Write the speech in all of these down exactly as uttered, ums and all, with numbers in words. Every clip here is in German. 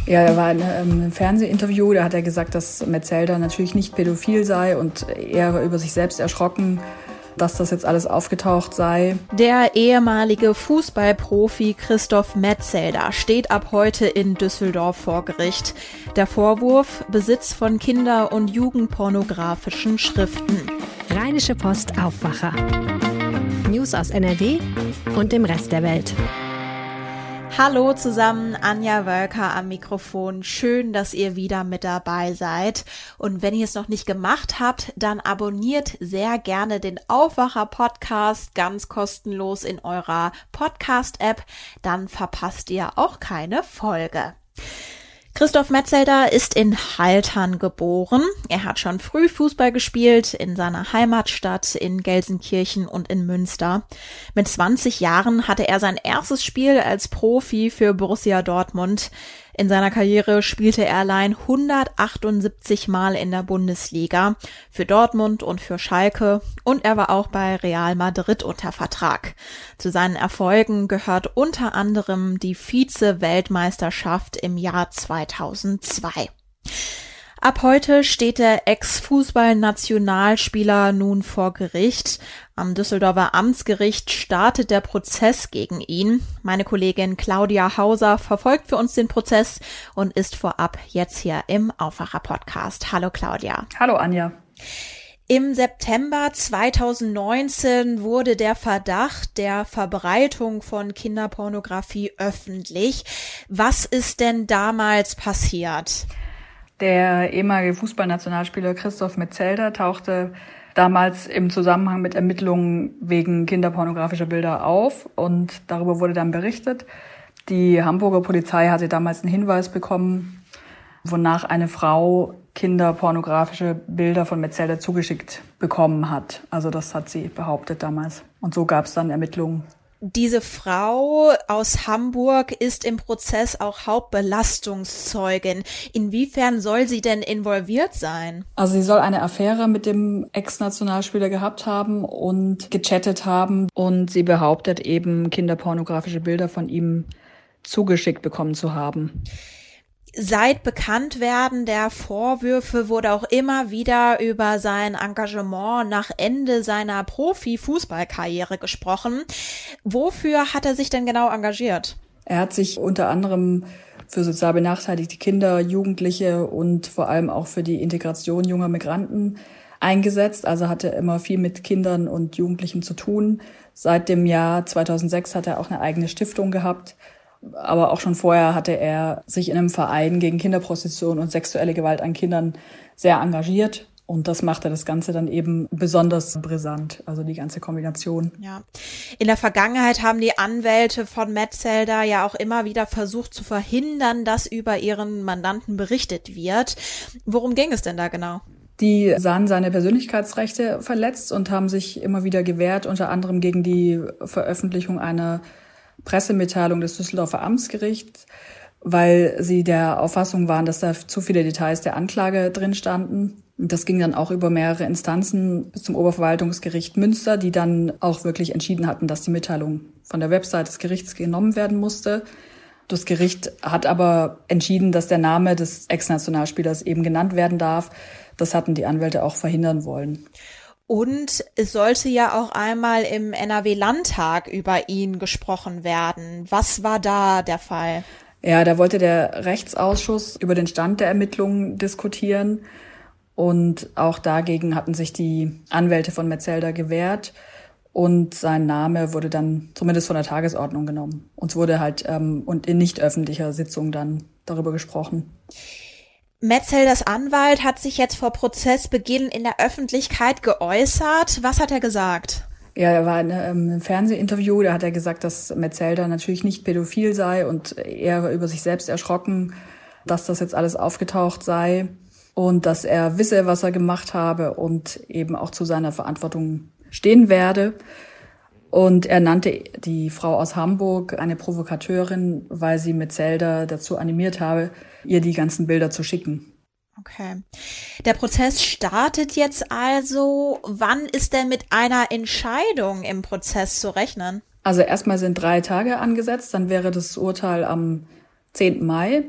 Ja, er war in einem Fernsehinterview, da hat er gesagt, dass Metzelder natürlich nicht pädophil sei und er über sich selbst erschrocken, dass das jetzt alles aufgetaucht sei. Der ehemalige Fußballprofi Christoph Metzelder steht ab heute in Düsseldorf vor Gericht. Der Vorwurf: Besitz von kinder- und jugendpornografischen Schriften. Rheinische Post Aufwacher. News aus N R W und dem Rest der Welt. Hallo zusammen, Anja Wölker am Mikrofon. Schön, dass ihr wieder mit dabei seid. Und wenn ihr es noch nicht gemacht habt, dann abonniert sehr gerne den Aufwacher-Podcast ganz kostenlos in eurer Podcast-App. Dann verpasst ihr auch keine Folge. Christoph Metzelder ist in Haltern geboren. Er hat schon früh Fußball gespielt in seiner Heimatstadt, in Gelsenkirchen und in Münster. Mit zwanzig Jahren hatte er sein erstes Spiel als Profi für Borussia Dortmund. In seiner Karriere spielte er allein hundertachtundsiebzig Mal in der Bundesliga, für Dortmund und für Schalke, und er war auch bei Real Madrid unter Vertrag. Zu seinen Erfolgen gehört unter anderem die Vize-Weltmeisterschaft im Jahr zweitausendzwei. Ab heute steht der Ex-Fußball-Nationalspieler nun vor Gericht. Am Düsseldorfer Amtsgericht startet der Prozess gegen ihn. Meine Kollegin Claudia Hauser verfolgt für uns den Prozess und ist vorab jetzt hier im Aufwacher-Podcast. Hallo Claudia. Hallo Anja. Im September zweitausendneunzehn wurde der Verdacht der Verbreitung von Kinderpornografie öffentlich. Was ist denn damals passiert? Der ehemalige Fußballnationalspieler Christoph Metzelder tauchte damals im Zusammenhang mit Ermittlungen wegen kinderpornografischer Bilder auf und darüber wurde dann berichtet. Die Hamburger Polizei hatte damals einen Hinweis bekommen, wonach eine Frau kinderpornografische Bilder von Metzelder zugeschickt bekommen hat. Also das hat sie behauptet damals. Und so gab es dann Ermittlungen. Diese Frau aus Hamburg ist im Prozess auch Hauptbelastungszeugin. Inwiefern soll sie denn involviert sein? Also sie soll eine Affäre mit dem Ex-Nationalspieler gehabt haben und gechattet haben. Und sie behauptet eben, kinderpornografische Bilder von ihm zugeschickt bekommen zu haben. Seit Bekanntwerden der Vorwürfe wurde auch immer wieder über sein Engagement nach Ende seiner Profi-Fußballkarriere gesprochen. Wofür hat er sich denn genau engagiert? Er hat sich unter anderem für sozial benachteiligte Kinder, Jugendliche und vor allem auch für die Integration junger Migranten eingesetzt. Also hatte immer viel mit Kindern und Jugendlichen zu tun. Seit dem Jahr zweitausendsechs hat er auch eine eigene Stiftung gehabt. Aber auch schon vorher hatte er sich in einem Verein gegen Kinderprostitution und sexuelle Gewalt an Kindern sehr engagiert. Und das machte das Ganze dann eben besonders brisant, also die ganze Kombination. Ja. In der Vergangenheit haben die Anwälte von Metzelder ja auch immer wieder versucht zu verhindern, dass über ihren Mandanten berichtet wird. Worum ging es denn da genau? Die sahen seine Persönlichkeitsrechte verletzt und haben sich immer wieder gewehrt, unter anderem gegen die Veröffentlichung einer Pressemitteilung des Düsseldorfer Amtsgerichts, weil sie der Auffassung waren, dass da zu viele Details der Anklage drin standen. Und das ging dann auch über mehrere Instanzen bis zum Oberverwaltungsgericht Münster, die dann auch wirklich entschieden hatten, dass die Mitteilung von der Website des Gerichts genommen werden musste. Das Gericht hat aber entschieden, dass der Name des Ex-Nationalspielers eben genannt werden darf. Das hatten die Anwälte auch verhindern wollen. Und es sollte ja auch einmal im N R W-Landtag über ihn gesprochen werden. Was war da der Fall? Ja, da wollte der Rechtsausschuss über den Stand der Ermittlungen diskutieren. Und auch dagegen hatten sich die Anwälte von Metzelder gewehrt. Und sein Name wurde dann zumindest von der Tagesordnung genommen. Und es wurde halt ähm, und in nicht öffentlicher Sitzung dann darüber gesprochen. Metzelders Anwalt hat sich jetzt vor Prozessbeginn in der Öffentlichkeit geäußert. Was hat er gesagt? Ja, er war in einem Fernsehinterview, da hat er gesagt, dass Metzelder natürlich nicht pädophil sei und er über sich selbst erschrocken, dass das jetzt alles aufgetaucht sei und dass er wisse, was er gemacht habe und eben auch zu seiner Verantwortung stehen werde. Und er nannte die Frau aus Hamburg eine Provokateurin, weil sie Metzelder dazu animiert habe, ihr die ganzen Bilder zu schicken. Okay. Der Prozess startet jetzt also. Wann ist denn mit einer Entscheidung im Prozess zu rechnen? Also erstmal sind drei Tage angesetzt, dann wäre das Urteil am zehnten Mai.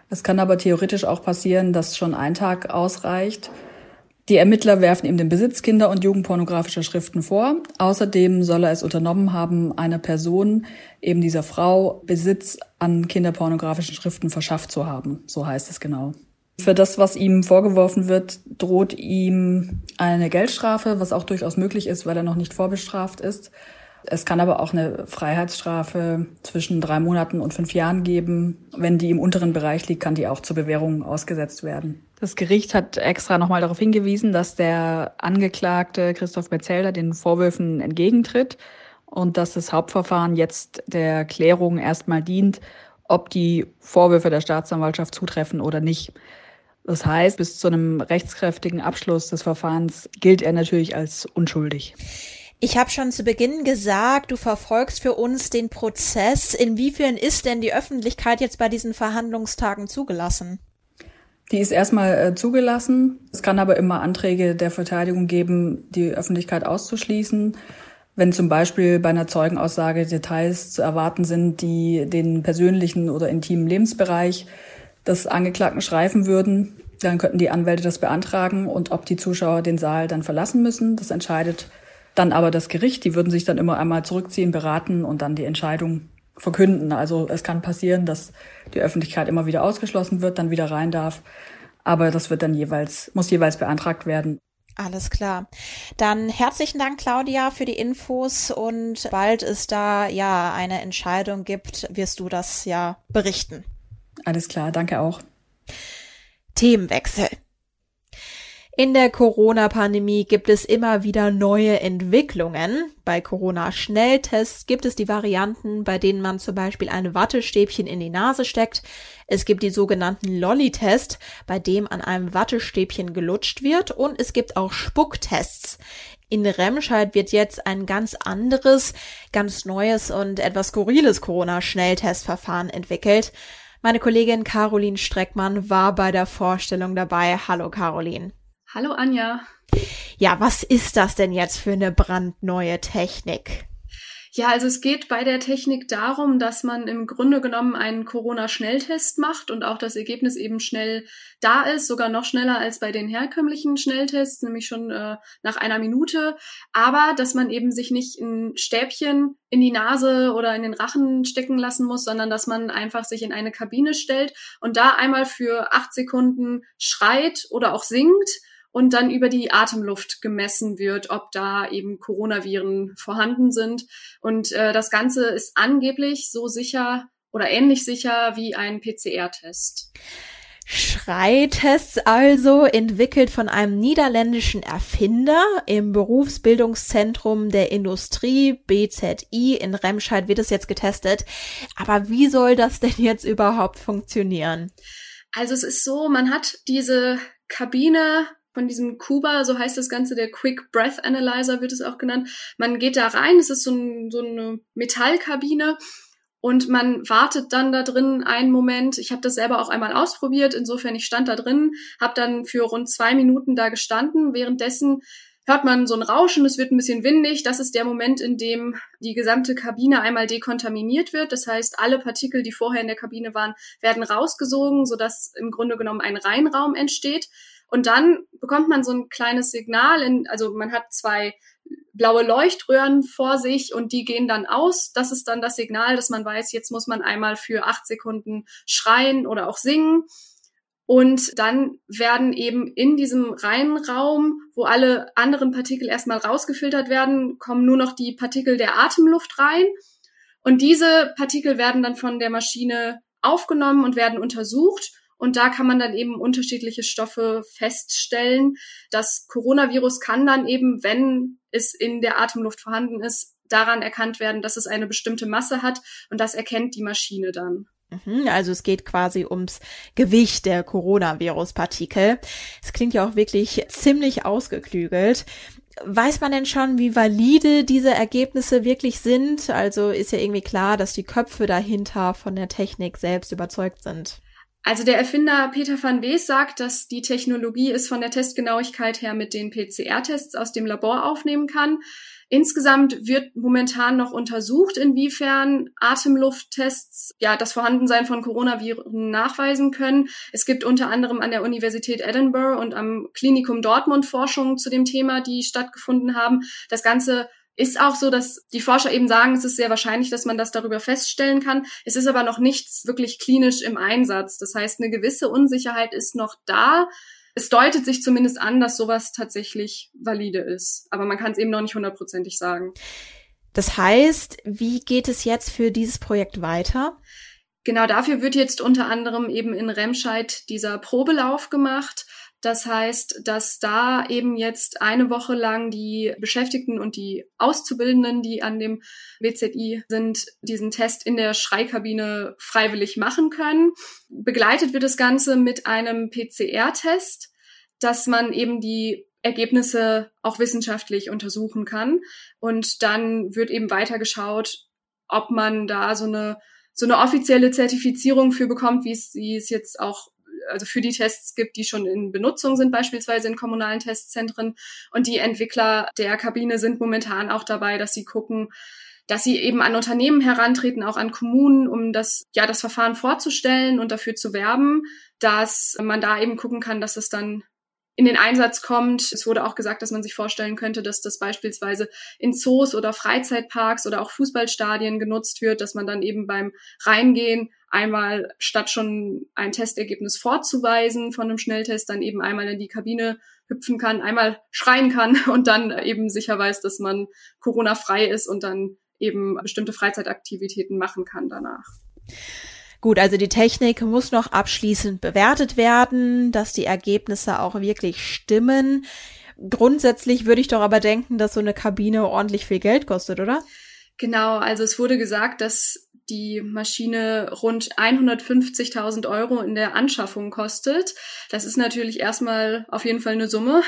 Es kann aber theoretisch auch passieren, dass schon ein Tag ausreicht. Die Ermittler werfen ihm den Besitz kinder- und jugendpornografischer Schriften vor. Außerdem soll er es unternommen haben, einer Person, eben dieser Frau, Besitz an kinderpornografischen Schriften verschafft zu haben. So heißt es genau. Für das, was ihm vorgeworfen wird, droht ihm eine Geldstrafe, was auch durchaus möglich ist, weil er noch nicht vorbestraft ist. Es kann aber auch eine Freiheitsstrafe zwischen drei Monaten und fünf Jahren geben. Wenn die im unteren Bereich liegt, kann die auch zur Bewährung ausgesetzt werden. Das Gericht hat extra nochmal darauf hingewiesen, dass der Angeklagte Christoph Metzelder den Vorwürfen entgegentritt und dass das Hauptverfahren jetzt der Klärung erstmal dient, ob die Vorwürfe der Staatsanwaltschaft zutreffen oder nicht. Das heißt, bis zu einem rechtskräftigen Abschluss des Verfahrens gilt er natürlich als unschuldig. Ich habe schon zu Beginn gesagt, du verfolgst für uns den Prozess. Inwiefern ist denn die Öffentlichkeit jetzt bei diesen Verhandlungstagen zugelassen? Die ist erstmal äh, zugelassen. Es kann aber immer Anträge der Verteidigung geben, die Öffentlichkeit auszuschließen. Wenn zum Beispiel bei einer Zeugenaussage Details zu erwarten sind, die den persönlichen oder intimen Lebensbereich des Angeklagten streifen würden, dann könnten die Anwälte das beantragen und ob die Zuschauer den Saal dann verlassen müssen, das entscheidet dann aber das Gericht. Die würden sich dann immer einmal zurückziehen, beraten und dann die Entscheidung verkünden. Also es kann passieren, dass die Öffentlichkeit immer wieder ausgeschlossen wird, dann wieder rein darf. Aber das wird dann jeweils, muss jeweils beantragt werden. Alles klar. Dann herzlichen Dank, Claudia, für die Infos und sobald es da ja eine Entscheidung gibt, wirst du das ja berichten. Alles klar, danke auch. Themenwechsel. In der Corona-Pandemie gibt es immer wieder neue Entwicklungen. Bei Corona-Schnelltests gibt es die Varianten, bei denen man zum Beispiel ein Wattestäbchen in die Nase steckt. Es gibt die sogenannten Lolli-Test, bei dem an einem Wattestäbchen gelutscht wird. Und es gibt auch Spucktests. In Remscheid wird jetzt ein ganz anderes, ganz neues und etwas skurriles Corona-Schnelltestverfahren entwickelt. Meine Kollegin Caroline Streckmann war bei der Vorstellung dabei. Hallo Caroline. Hallo Anja. Ja, was ist das denn jetzt für eine brandneue Technik? Ja, also es geht bei der Technik darum, dass man im Grunde genommen einen Corona-Schnelltest macht und auch das Ergebnis eben schnell da ist, sogar noch schneller als bei den herkömmlichen Schnelltests, nämlich schon äh, nach einer Minute. Aber dass man eben sich nicht ein Stäbchen in die Nase oder in den Rachen stecken lassen muss, sondern dass man einfach sich in eine Kabine stellt und da einmal für acht Sekunden schreit oder auch singt. Und dann über die Atemluft gemessen wird, ob da eben Coronaviren vorhanden sind. Und äh, das Ganze ist angeblich so sicher oder ähnlich sicher wie ein P C R-Test. Schreitests also, entwickelt von einem niederländischen Erfinder im Berufsbildungszentrum der Industrie B Z I in Remscheid wird es jetzt getestet. Aber wie soll das denn jetzt überhaupt funktionieren? Also es ist so, man hat diese Kabine von diesem Kuba, so heißt das Ganze, der Quick Breath Analyzer wird es auch genannt. Man geht da rein, es ist so, ein, so eine Metallkabine und man wartet dann da drin einen Moment. Ich habe das selber auch einmal ausprobiert, insofern ich stand da drin, habe dann für rund zwei Minuten da gestanden. Währenddessen hört man so ein Rauschen, es wird ein bisschen windig. Das ist der Moment, in dem die gesamte Kabine einmal dekontaminiert wird. Das heißt, alle Partikel, die vorher in der Kabine waren, werden rausgesogen, sodass im Grunde genommen ein Reinraum entsteht. Und dann bekommt man so ein kleines Signal, in, also man hat zwei blaue Leuchtröhren vor sich und die gehen dann aus. Das ist dann das Signal, dass man weiß, jetzt muss man einmal für acht Sekunden schreien oder auch singen. Und dann werden eben in diesem reinen Raum, wo alle anderen Partikel erstmal rausgefiltert werden, kommen nur noch die Partikel der Atemluft rein. Und diese Partikel werden dann von der Maschine aufgenommen und werden untersucht. Und da kann man dann eben unterschiedliche Stoffe feststellen. Das Coronavirus kann dann eben, wenn es in der Atemluft vorhanden ist, daran erkannt werden, dass es eine bestimmte Masse hat. Und das erkennt die Maschine dann. Also es geht quasi ums Gewicht der Coronavirus-Partikel. Es klingt ja auch wirklich ziemlich ausgeklügelt. Weiß man denn schon, wie valide diese Ergebnisse wirklich sind? Also ist ja irgendwie klar, dass die Köpfe dahinter von der Technik selbst überzeugt sind. Also der Erfinder Peter van Wees sagt, dass die Technologie es von der Testgenauigkeit her mit den P C R-Tests aus dem Labor aufnehmen kann. Insgesamt wird momentan noch untersucht, inwiefern Atemlufttests ja das Vorhandensein von Coronaviren nachweisen können. Es gibt unter anderem an der Universität Edinburgh und am Klinikum Dortmund Forschungen zu dem Thema, die stattgefunden haben. Das Ganze ist auch so, dass die Forscher eben sagen, es ist sehr wahrscheinlich, dass man das darüber feststellen kann. Es ist aber noch nichts wirklich klinisch im Einsatz. Das heißt, eine gewisse Unsicherheit ist noch da. Es deutet sich zumindest an, dass sowas tatsächlich valide ist. Aber man kann es eben noch nicht hundertprozentig sagen. Das heißt, wie geht es jetzt für dieses Projekt weiter? Genau, dafür wird jetzt unter anderem eben in Remscheid dieser Probelauf gemacht. Das heißt, dass da eben jetzt eine Woche lang die Beschäftigten und die Auszubildenden, die an dem W Z I sind, diesen Test in der Schreikabine freiwillig machen können. Begleitet wird das Ganze mit einem P C R-Test, dass man eben die Ergebnisse auch wissenschaftlich untersuchen kann. Und dann wird eben weiter geschaut, ob man da so eine, so eine offizielle Zertifizierung für bekommt, wie es, wie es jetzt auch also für die Tests gibt, die schon in Benutzung sind, beispielsweise in kommunalen Testzentren. Und die Entwickler der Kabine sind momentan auch dabei, dass sie gucken, dass sie eben an Unternehmen herantreten, auch an Kommunen, um das, ja, das Verfahren vorzustellen und dafür zu werben, dass man da eben gucken kann, dass es dann in den Einsatz kommt. Es wurde auch gesagt, dass man sich vorstellen könnte, dass das beispielsweise in Zoos oder Freizeitparks oder auch Fußballstadien genutzt wird, dass man dann eben beim Reingehen einmal statt schon ein Testergebnis vorzuweisen von einem Schnelltest, dann eben einmal in die Kabine hüpfen kann, einmal schreien kann und dann eben sicher weiß, dass man Corona-frei ist und dann eben bestimmte Freizeitaktivitäten machen kann danach. Gut, also die Technik muss noch abschließend bewertet werden, dass die Ergebnisse auch wirklich stimmen. Grundsätzlich würde ich doch aber denken, dass so eine Kabine ordentlich viel Geld kostet, oder? Genau, also es wurde gesagt, dass die Maschine rund hundertfünfzigtausend Euro in der Anschaffung kostet. Das ist natürlich erstmal auf jeden Fall eine Summe.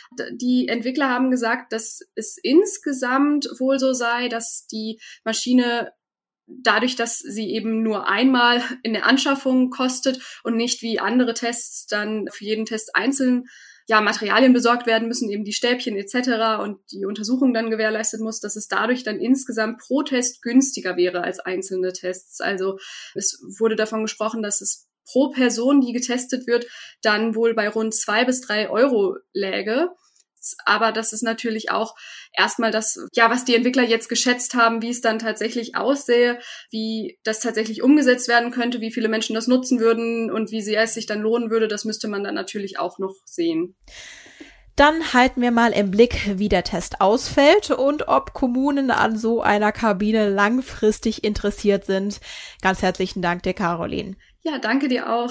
Die Entwickler haben gesagt, dass es insgesamt wohl so sei, dass die Maschine dadurch, dass sie eben nur einmal in der Anschaffung kostet und nicht wie andere Tests dann für jeden Test einzeln ja Materialien besorgt werden müssen, eben die Stäbchen et cetera und die Untersuchung dann gewährleistet muss, dass es dadurch dann insgesamt pro Test günstiger wäre als einzelne Tests. Also es wurde davon gesprochen, dass es pro Person, die getestet wird, dann wohl bei rund zwei bis drei Euro läge. Aber das ist natürlich auch erstmal das, ja, was die Entwickler jetzt geschätzt haben, wie es dann tatsächlich aussähe, wie das tatsächlich umgesetzt werden könnte, wie viele Menschen das nutzen würden und wie sehr es sich dann lohnen würde, das müsste man dann natürlich auch noch sehen. Dann halten wir mal im Blick, wie der Test ausfällt und ob Kommunen an so einer Kabine langfristig interessiert sind. Ganz herzlichen Dank dir, Caroline. Ja, danke dir auch.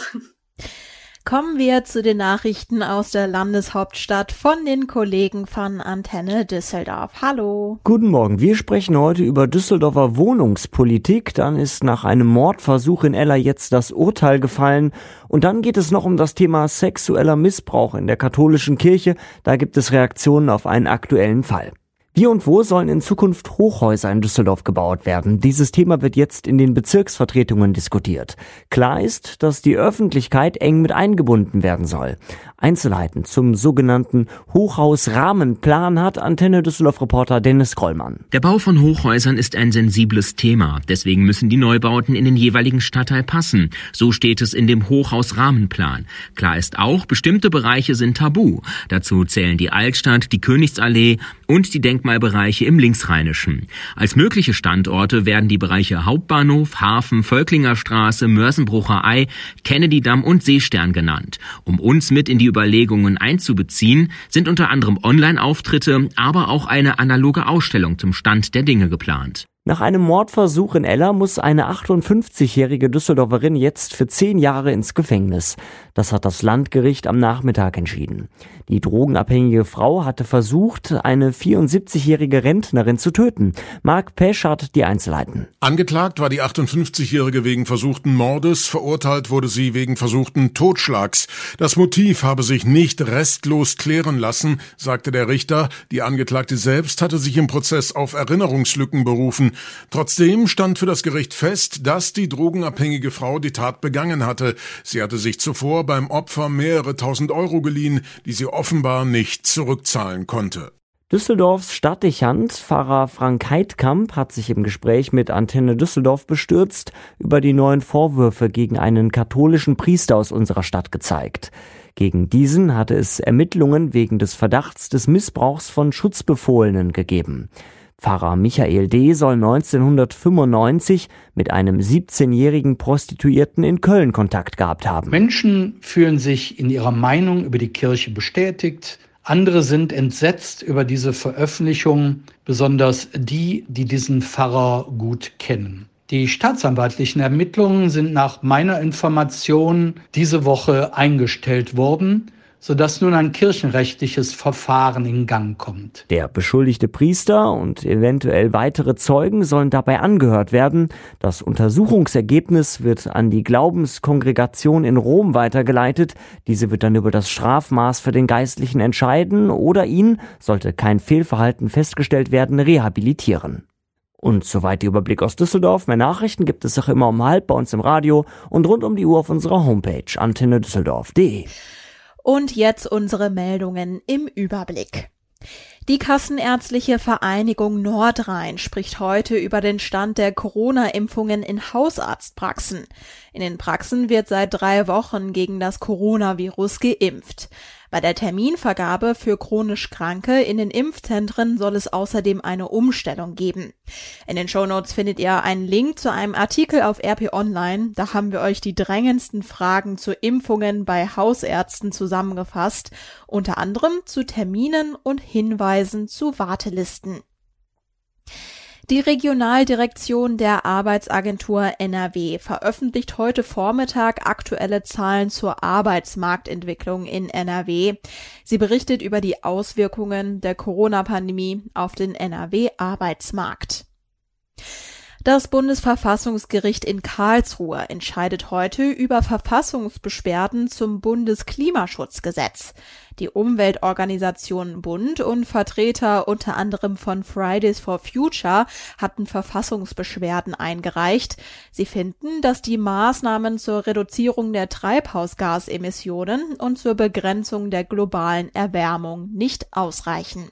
Kommen wir zu den Nachrichten aus der Landeshauptstadt von den Kollegen von Antenne Düsseldorf. Hallo. Guten Morgen. Wir sprechen heute über Düsseldorfer Wohnungspolitik. Dann ist nach einem Mordversuch in Ella jetzt das Urteil gefallen. Und dann geht es noch um das Thema sexueller Missbrauch in der katholischen Kirche. Da gibt es Reaktionen auf einen aktuellen Fall. Wie und wo sollen in Zukunft Hochhäuser in Düsseldorf gebaut werden? Dieses Thema wird jetzt in den Bezirksvertretungen diskutiert. Klar ist, dass die Öffentlichkeit eng mit eingebunden werden soll. Einzelheiten zum sogenannten Hochhausrahmenplan hat Antenne Düsseldorf-Reporter Dennis Grollmann. Der Bau von Hochhäusern ist ein sensibles Thema. Deswegen müssen die Neubauten in den jeweiligen Stadtteil passen. So steht es in dem Hochhausrahmenplan. Klar ist auch, bestimmte Bereiche sind tabu. Dazu zählen die Altstadt, die Königsallee und die Denkmalbereiche im Linksrheinischen. Als mögliche Standorte werden die Bereiche Hauptbahnhof, Hafen, Völklingerstraße, Mörsenbrucher Ei, Kennedy-Damm und Seestern genannt. Um uns mit in die Überlegungen einzubeziehen, sind unter anderem Online-Auftritte, aber auch eine analoge Ausstellung zum Stand der Dinge geplant. Nach einem Mordversuch in Ella muss eine achtundfünfzigjährige Düsseldorferin jetzt für zehn Jahre ins Gefängnis. Das hat das Landgericht am Nachmittag entschieden. Die drogenabhängige Frau hatte versucht, eine vierundsiebzigjährige Rentnerin zu töten. Marc Pesch hat die Einzelheiten. Angeklagt war die achtundfünfzigjährige wegen versuchten Mordes, verurteilt wurde sie wegen versuchten Totschlags. Das Motiv habe sich nicht restlos klären lassen, sagte der Richter. Die Angeklagte selbst hatte sich im Prozess auf Erinnerungslücken berufen. Trotzdem stand für das Gericht fest, dass die drogenabhängige Frau die Tat begangen hatte. Sie hatte sich zuvor beim Opfer mehrere tausend Euro geliehen, die sie offenbar nicht zurückzahlen konnte. Düsseldorfs Stadtdechant, Pfarrer Frank Heidkamp, hat sich im Gespräch mit Antenne Düsseldorf bestürzt über die neuen Vorwürfe gegen einen katholischen Priester aus unserer Stadt gezeigt. Gegen diesen hatte es Ermittlungen wegen des Verdachts des Missbrauchs von Schutzbefohlenen gegeben. Pfarrer Michael D. soll neunzehnhundertfünfundneunzig mit einem siebzehnjährigen Prostituierten in Köln Kontakt gehabt haben. Menschen fühlen sich in ihrer Meinung über die Kirche bestätigt. Andere sind entsetzt über diese Veröffentlichung, besonders die, die diesen Pfarrer gut kennen. Die staatsanwaltlichen Ermittlungen sind nach meiner Information diese Woche eingestellt worden, sodass nun ein kirchenrechtliches Verfahren in Gang kommt. Der beschuldigte Priester und eventuell weitere Zeugen sollen dabei angehört werden. Das Untersuchungsergebnis wird an die Glaubenskongregation in Rom weitergeleitet. Diese wird dann über das Strafmaß für den Geistlichen entscheiden oder ihn, sollte kein Fehlverhalten festgestellt werden, rehabilitieren. Und soweit der Überblick aus Düsseldorf. Mehr Nachrichten gibt es auch immer um halb bei uns im Radio und rund um die Uhr auf unserer Homepage antenne düsseldorf punkt de. Und jetzt unsere Meldungen im Überblick. Die Kassenärztliche Vereinigung Nordrhein spricht heute über den Stand der Corona-Impfungen in Hausarztpraxen. In den Praxen wird seit drei Wochen gegen das Coronavirus geimpft. Bei der Terminvergabe für chronisch Kranke in den Impfzentren soll es außerdem eine Umstellung geben. In den Shownotes findet ihr einen Link zu einem Artikel auf R P Online. Da haben wir euch die drängendsten Fragen zu Impfungen bei Hausärzten zusammengefasst, unter anderem zu Terminen und Hinweisen zu Wartelisten. Die Regionaldirektion der Arbeitsagentur N R W veröffentlicht heute Vormittag aktuelle Zahlen zur Arbeitsmarktentwicklung in N R W. Sie berichtet über die Auswirkungen der Corona-Pandemie auf den N R W-Arbeitsmarkt. Das Bundesverfassungsgericht in Karlsruhe entscheidet heute über Verfassungsbeschwerden zum Bundesklimaschutzgesetz. Die Umweltorganisation Bund und Vertreter unter anderem von Fridays for Future hatten Verfassungsbeschwerden eingereicht. Sie finden, dass die Maßnahmen zur Reduzierung der Treibhausgasemissionen und zur Begrenzung der globalen Erwärmung nicht ausreichen.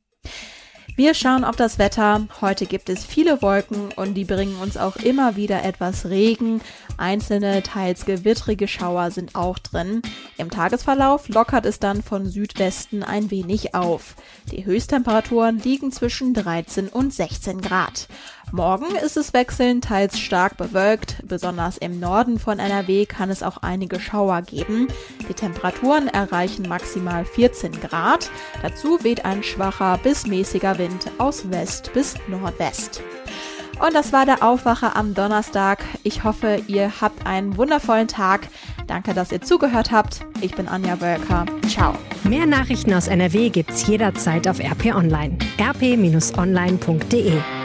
Wir schauen auf das Wetter. Heute gibt es viele Wolken und die bringen uns auch immer wieder etwas Regen. Einzelne, teils gewittrige Schauer sind auch drin. Im Tagesverlauf lockert es dann von Südwesten ein wenig auf. Die Höchsttemperaturen liegen zwischen dreizehn und sechzehn Grad. Morgen ist es wechselnd, teils stark bewölkt. Besonders im Norden von N R W kann es auch einige Schauer geben. Die Temperaturen erreichen maximal vierzehn Grad. Dazu weht ein schwacher bis mäßiger Wind aus West bis Nordwest. Und das war der Aufwacher am Donnerstag. Ich hoffe, ihr habt einen wundervollen Tag. Danke, dass ihr zugehört habt. Ich bin Anja Wölker. Ciao. Mehr Nachrichten aus N R W gibt's jederzeit auf R P Online. r p Bindestrich online punkt de